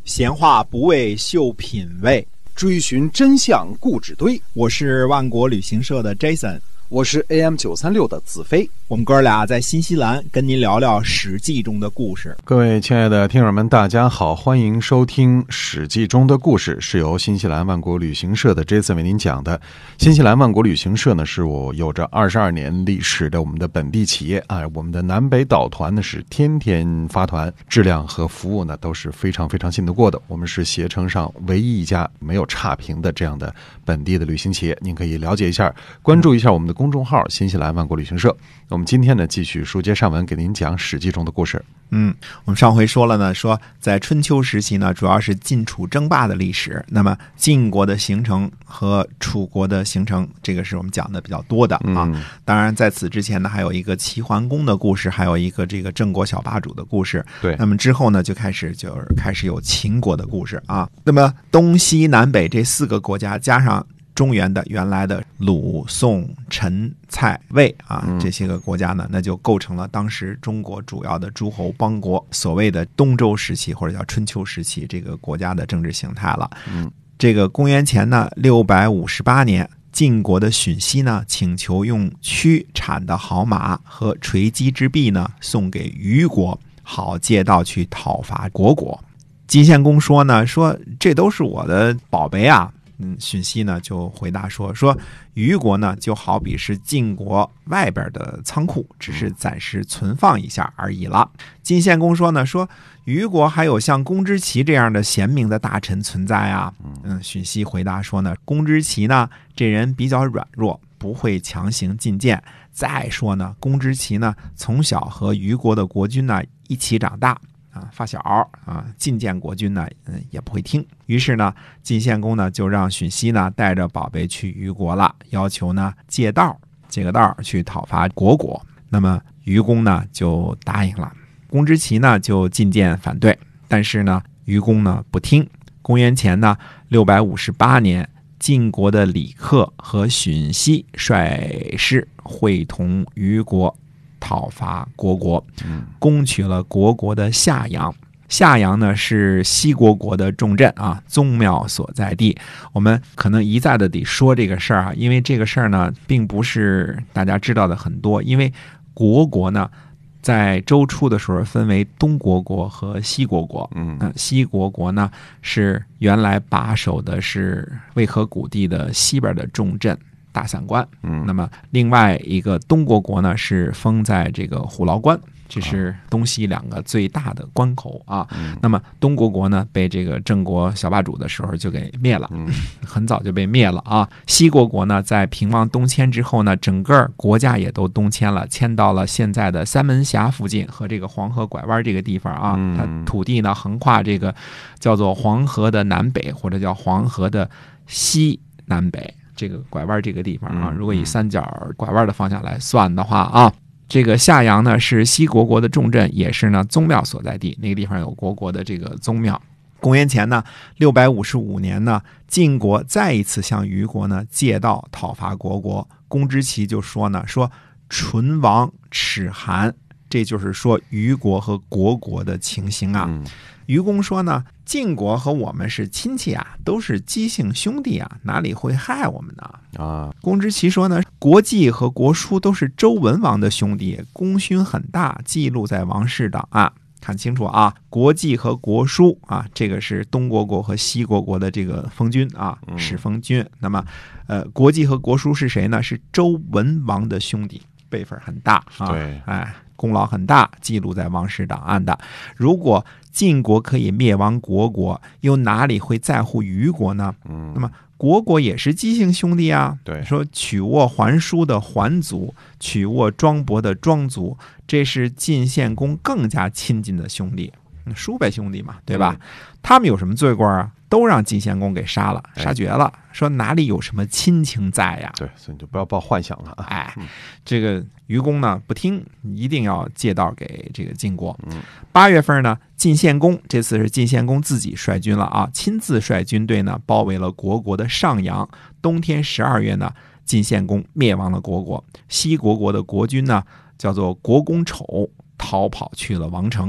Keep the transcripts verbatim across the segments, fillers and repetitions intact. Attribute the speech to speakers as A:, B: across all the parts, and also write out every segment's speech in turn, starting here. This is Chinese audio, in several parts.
A: 闲话不为秀品味，
B: 追寻真相故纸堆。
A: 我是万国旅行社的 Jason，
B: 我是 A M 九三六 的子飞。
A: 我们哥俩在新西兰跟您聊聊史记中的故事。
C: 各位亲爱的听友们，大家好，欢迎收听史记中的故事，是由新西兰万国旅行社的 Jason 为您讲的。新西兰万国旅行社呢，是我有着二十二年历史的我们的本地企业啊，我们的南北岛团呢是天天发团，质量和服务呢都是非常非常信得过的。我们是携程上唯一一家没有差评的这样的本地的旅行企业，您可以了解一下，关注一下我们的公众号新西兰万国旅行社。我们今天呢继续书接上文，给您讲史记中的故事。
A: 嗯，我们上回说了呢，说在春秋时期呢，主要是晋楚争霸的历史。那么晋国的形成和楚国的形成，这个是我们讲的比较多的啊。
C: 嗯、
A: 当然，在此之前呢，还有一个齐桓公的故事，还有一个这个郑国小霸主的故事。
C: 对，
A: 那么之后呢，就开始就是开始有秦国的故事啊。那么东西南北这四个国家加上中原的原来的鲁、宋、陈、蔡、魏啊，这些个国家呢，那就构成了当时中国主要的诸侯邦国，所谓的东周时期或者叫春秋时期这个国家的政治形态了。
C: 嗯，
A: 这个公元前呢六百五十八年，晋国的荀息呢请求用驱产的好马和垂击之璧呢送给虞国，好借道去讨伐虢国。晋献公说呢，说这都是我的宝贝啊。嗯，荀息呢就回答说说虞国呢就好比是晋国外边的仓库，只是暂时存放一下而已了。晋献公说呢，说虞国还有像公之奇这样的贤明的大臣存在啊。嗯，荀息回答说呢，公之奇呢这人比较软弱，不会强行进谏。再说呢，公之奇呢从小和虞国的国君呢一起长大。啊，发小啊，进谏国君呢，嗯，也不会听。于是呢，晋献公呢就让荀息呢带着宝贝去虞国了，要求呢借道借个道去讨伐虢国。那么虞公呢就答应了，公之奇呢就进谏反对，但是呢虞公呢不听。公元前呢六百五十八年，晋国的李克和荀息率师会同虞国。讨伐虢国，攻取了虢国的夏阳。夏阳呢是西虢国的重镇啊，宗庙所在地。我们可能一再的得说这个事儿啊，因为这个事儿呢，并不是大家知道的很多。因为虢国呢，在周初的时候分为东虢国和西虢国。嗯，西虢国呢是原来把守的是渭河谷地的西边的重镇。大散关，嗯，那么另外一个东虢国呢是封在这个虎牢关，这是东西两个最大的关口啊。嗯、那么东虢国呢被这个郑国小霸主的时候就给灭了，嗯、很早就被灭了啊。西虢国呢在平王东迁之后呢，整个国家也都东迁了，迁到了现在的三门峡附近和这个黄河拐弯这个地方啊。嗯、它土地呢横跨这个叫做黄河的南北，或者叫黄河的西南北。这个拐弯这个地方啊，如果以三角拐弯的方向来算的话啊，这个夏阳呢是西虢国的重镇，也是呢宗庙所在地，那个地方有虢国的这个宗庙。公元前呢六百五十五年呢，晋国再一次向虞国呢借道讨伐虢国。公之奇就说呢，说唇亡齿寒，这就是说虞国和虢国的情形啊。虞公说呢，晋国和我们是亲戚啊，都是姬姓兄弟啊，哪里会害我们呢？啊，公之奇说呢，国季和国叔都是周文王的兄弟，功勋很大，记录在王室档案。看清楚啊，国季和国叔啊，这个是东虢国和西虢国的这个封君啊，始封君。那么，呃，国季和国叔是谁呢？是周文王的兄弟，辈分很大啊。
C: 对，
A: 哎。功劳很大，记录在王室档案的。如果晋国可以灭亡虢国，又哪里会在乎虞国呢？嗯，那么虢国也是姬姓兄弟啊。
C: 对，
A: 说曲沃桓叔的桓族，曲沃庄伯的庄族，这是晋献公更加亲近的兄弟，叔辈兄弟嘛，对吧？嗯、他们有什么罪过啊？都让晋献公给杀了，杀绝了。说哪里有什么亲情在呀？
C: 对，所以你就不要抱幻想了啊！
A: 哎，这个虞公呢不听，一定要借道给这个晋国。八月份呢，晋献公这次是晋献公自己率军了啊，亲自率军队呢包围了虢国的上阳。冬天十二月呢，晋献公灭亡了虢国。西虢国的国君呢叫做国公丑，逃跑去了王城。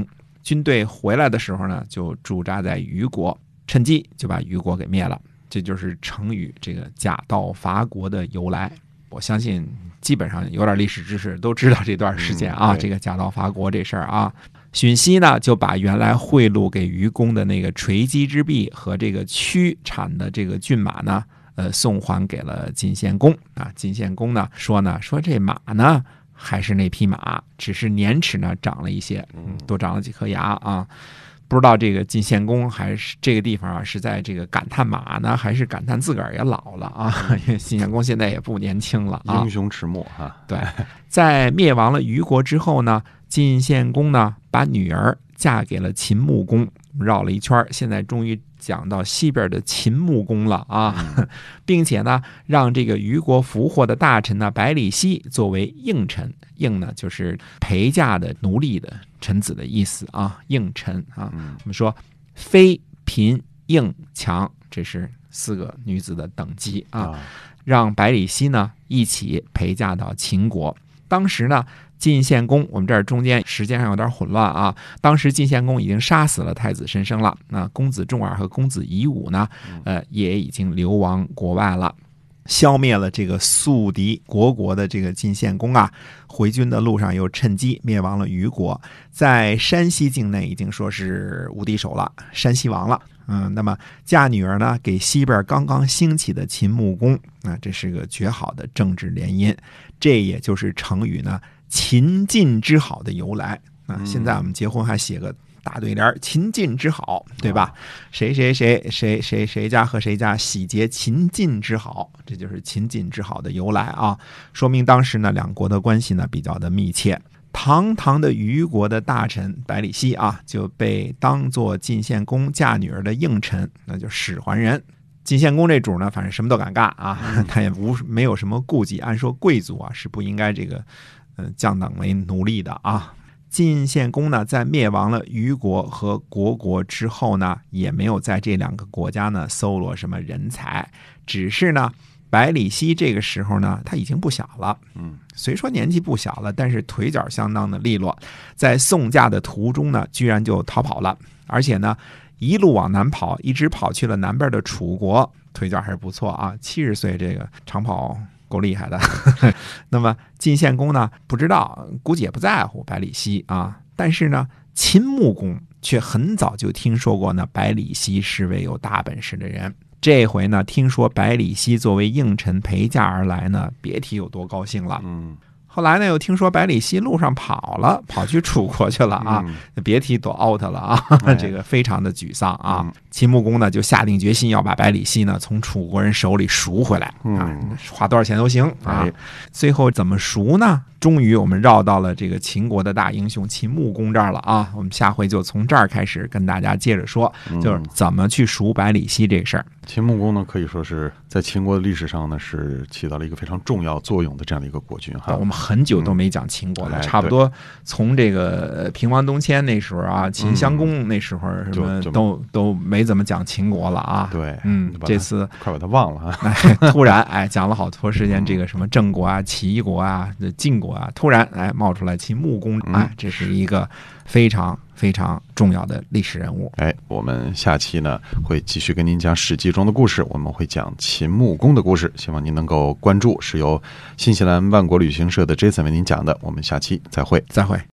A: 军队回来的时候呢，就驻扎在虞国，趁机就把虞国给灭了。这就是成语这个假道伐国的由来。我相信基本上有点历史知识都知道这段时间啊，
C: 嗯、
A: 这个假道伐国这事儿啊。荀息呢就把原来贿赂给虞公的那个垂姬之璧和这个屈产的这个骏马呢，呃，送还给了晋献公啊。晋献公呢说呢，说这马呢还是那匹马，只是年齿呢长了一些，嗯，多长了几颗牙啊。不知道这个晋献公还是这个地方啊，是在这个感叹马呢，还是感叹自个儿也老了啊？因为晋献公现在也不年轻了啊。
C: 英雄迟暮哈。
A: 对，在灭亡了虞国之后呢，晋献公呢把女儿嫁给了秦穆公，绕了一圈，现在终于讲到西边的秦穆公了啊，嗯、并且呢，让这个虞国俘获的大臣呢百里奚作为应臣，应呢就是陪嫁的奴隶的臣子的意思啊，应臣啊。
C: 嗯、
A: 我们说妃、嫔、应、强，这是四个女子的等级啊，
C: 啊
A: 让百里奚呢一起陪嫁到秦国。当时呢，晋献公，我们这儿中间时间上有点混乱啊。当时晋献公已经杀死了太子申生了，那公子重耳和公子夷吾呢，呃，也已经流亡国外了。消灭了这个宿敌国国的这个晋献公啊，回军的路上又趁机灭亡了虞国，在山西境内已经说是无敌手了，山西王了。嗯，那么嫁女儿呢给西边刚刚兴起的秦穆公，啊，这是个绝好的政治联姻，这也就是成语呢秦晋之好的由来啊。现在我们结婚还写个大对联，秦晋之好，对吧？谁谁谁谁谁谁家和谁家喜结秦晋之好，这就是秦晋之好的由来啊。说明当时呢两国的关系呢比较的密切。堂堂的虞国的大臣百里奚啊，就被当作晋献公嫁女儿的应臣，那就使还人。晋献公这主呢，反正什么都敢干啊，他也无没有什么顾忌。按说贵族啊是不应该这个呃降等为奴隶的啊。晋献公呢，在灭亡了虞国和虢国之后呢，也没有在这两个国家呢搜罗什么人才，只是呢，百里奚这个时候呢，他已经不小了，嗯，虽说年纪不小了，但是腿脚相当的利落，在送嫁的途中呢，居然就逃跑了，而且呢，一路往南跑，一直跑去了南边的楚国，腿脚还是不错啊，七十岁这个长跑够厉害的。那么晋献公呢，不知道，估计也不在乎百里奚啊，但是呢，秦穆公却很早就听说过呢，百里奚是位有大本事的人。这回呢，听说百里奚作为应臣陪嫁而来呢，别提有多高兴了。
C: 嗯，
A: 后来呢，又听说百里奚路上跑了，跑去楚国去了啊，
C: 嗯、
A: 别提多 out 了啊，
C: 哎、
A: 这个非常的沮丧啊。
C: 嗯、
A: 秦穆公呢，就下定决心要把百里奚呢从楚国人手里赎回来啊，
C: 嗯、
A: 花多少钱都行啊。
C: 哎、
A: 最后怎么赎呢？终于我们绕到了这个秦国的大英雄秦穆公这儿了啊！我们下回就从这儿开始跟大家接着说，就是怎么去赎百里奚这个事儿。
C: 秦穆公呢，可以说是在秦国的历史上呢，是起到了一个非常重要作用的这样的一个国君哈。
A: 我们很久都没讲秦国了，
C: 嗯、
A: 差不多从这个平王东迁那时候啊，秦襄公那时候什么都、嗯、都没怎么讲秦国了啊。
C: 对，
A: 嗯，这次
C: 快把它忘了哈。
A: 哎，突然哎讲了好多时间，这个什么郑国啊、齐国啊、晋国啊，突然哎冒出来秦穆公，哎，这是一个非常非常重要的历史人物。
C: 哎，我们下期呢会继续跟您讲《史记》中的故事，我们会讲秦穆公的故事，希望您能够关注，是由新西兰万国旅行社的 Jason 为您讲的。我们下期再会，
A: 再会。